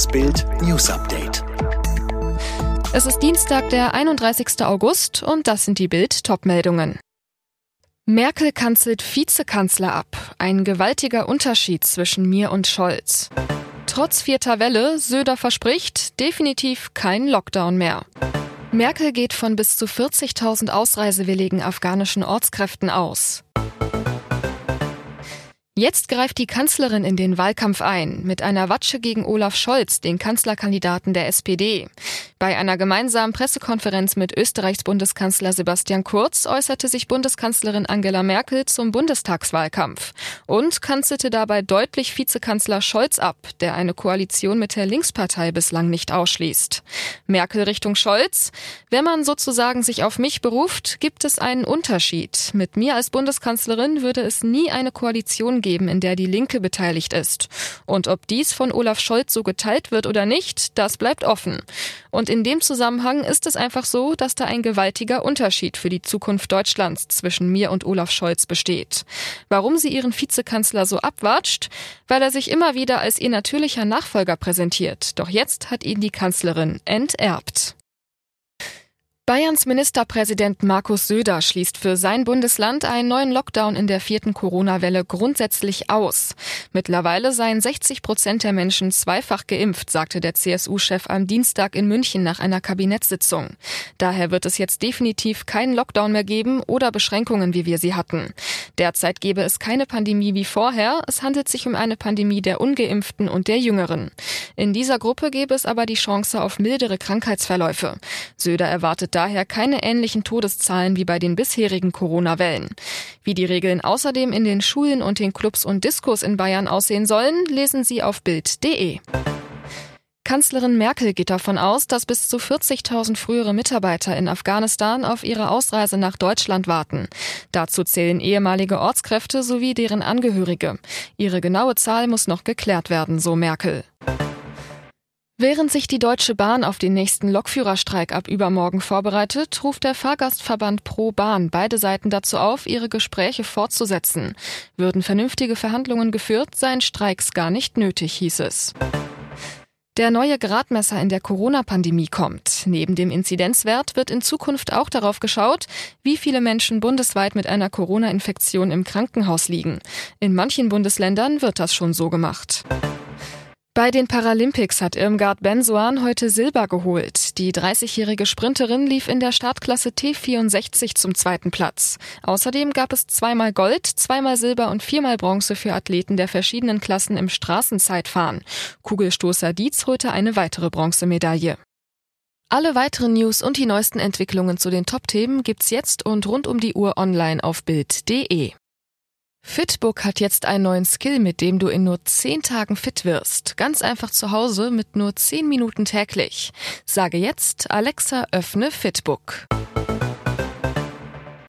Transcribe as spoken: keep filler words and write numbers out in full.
Das Bild News Update. Es ist Dienstag, der einunddreißigster August und das sind die Bild-Top-Meldungen. Merkel kanzelt Vizekanzler ab. Ein gewaltiger Unterschied zwischen mir und Scholz. Trotz vierter Welle, Söder verspricht, definitiv kein Lockdown mehr. Merkel geht von bis zu vierzigtausend ausreisewilligen afghanischen Ortskräften aus. Jetzt greift die Kanzlerin in den Wahlkampf ein, mit einer Watsche gegen Olaf Scholz, den Kanzlerkandidaten der S P D. Bei einer gemeinsamen Pressekonferenz mit Österreichs Bundeskanzler Sebastian Kurz äußerte sich Bundeskanzlerin Angela Merkel zum Bundestagswahlkampf und kanzelte dabei deutlich Vizekanzler Scholz ab, der eine Koalition mit der Linkspartei bislang nicht ausschließt. Merkel Richtung Scholz: Wenn man sozusagen sich auf mich beruft, gibt es einen Unterschied. Mit mir als Bundeskanzlerin würde es nie eine Koalition geben, in der die Linke beteiligt ist. Und ob dies von Olaf Scholz so geteilt wird oder nicht, das bleibt offen. Und in dem Zusammenhang ist es einfach so, dass da ein gewaltiger Unterschied für die Zukunft Deutschlands zwischen mir und Olaf Scholz besteht. Warum sie ihren Vizekanzler so abwatscht? Weil er sich immer wieder als ihr natürlicher Nachfolger präsentiert. Doch jetzt hat ihn die Kanzlerin enterbt. Bayerns Ministerpräsident Markus Söder schließt für sein Bundesland einen neuen Lockdown in der vierten Corona-Welle grundsätzlich aus. Mittlerweile seien sechzig Prozent der Menschen zweifach geimpft, sagte der C S U-Chef am Dienstag in München nach einer Kabinettssitzung. Daher wird es jetzt definitiv keinen Lockdown mehr geben oder Beschränkungen, wie wir sie hatten. Derzeit gäbe es keine Pandemie wie vorher. Es handelt sich um eine Pandemie der Ungeimpften und der Jüngeren. In dieser Gruppe gäbe es aber die Chance auf mildere Krankheitsverläufe. Söder erwartet daher keine ähnlichen Todeszahlen wie bei den bisherigen Corona-Wellen. Wie die Regeln außerdem in den Schulen und den Clubs und Diskos in Bayern aussehen sollen, lesen Sie auf bild punkt de. Kanzlerin Merkel geht davon aus, dass bis zu vierzigtausend frühere Mitarbeiter in Afghanistan auf ihre Ausreise nach Deutschland warten. Dazu zählen ehemalige Ortskräfte sowie deren Angehörige. Ihre genaue Zahl muss noch geklärt werden, so Merkel. Während sich die Deutsche Bahn auf den nächsten Lokführerstreik ab übermorgen vorbereitet, ruft der Fahrgastverband Pro Bahn beide Seiten dazu auf, ihre Gespräche fortzusetzen. Würden vernünftige Verhandlungen geführt, seien Streiks gar nicht nötig, hieß es. Der neue Gradmesser in der Corona-Pandemie kommt. Neben dem Inzidenzwert wird in Zukunft auch darauf geschaut, wie viele Menschen bundesweit mit einer Corona-Infektion im Krankenhaus liegen. In manchen Bundesländern wird das schon so gemacht. Bei den Paralympics hat Irmgard Benzoan heute Silber geholt. Die dreißigjährige Sprinterin lief in der Startklasse T vierundsechzig zum zweiten Platz. Außerdem gab es zweimal Gold, zweimal Silber und viermal Bronze für Athleten der verschiedenen Klassen im Straßenzeitfahren. Kugelstoßer Dietz holte eine weitere Bronzemedaille. Alle weiteren News und die neuesten Entwicklungen zu den Top-Themen gibt's jetzt und rund um die Uhr online auf bild punkt de. Fitbook hat jetzt einen neuen Skill, mit dem du in nur zehn Tagen fit wirst. Ganz einfach zu Hause mit nur zehn Minuten täglich. Sage jetzt: Alexa, öffne Fitbook.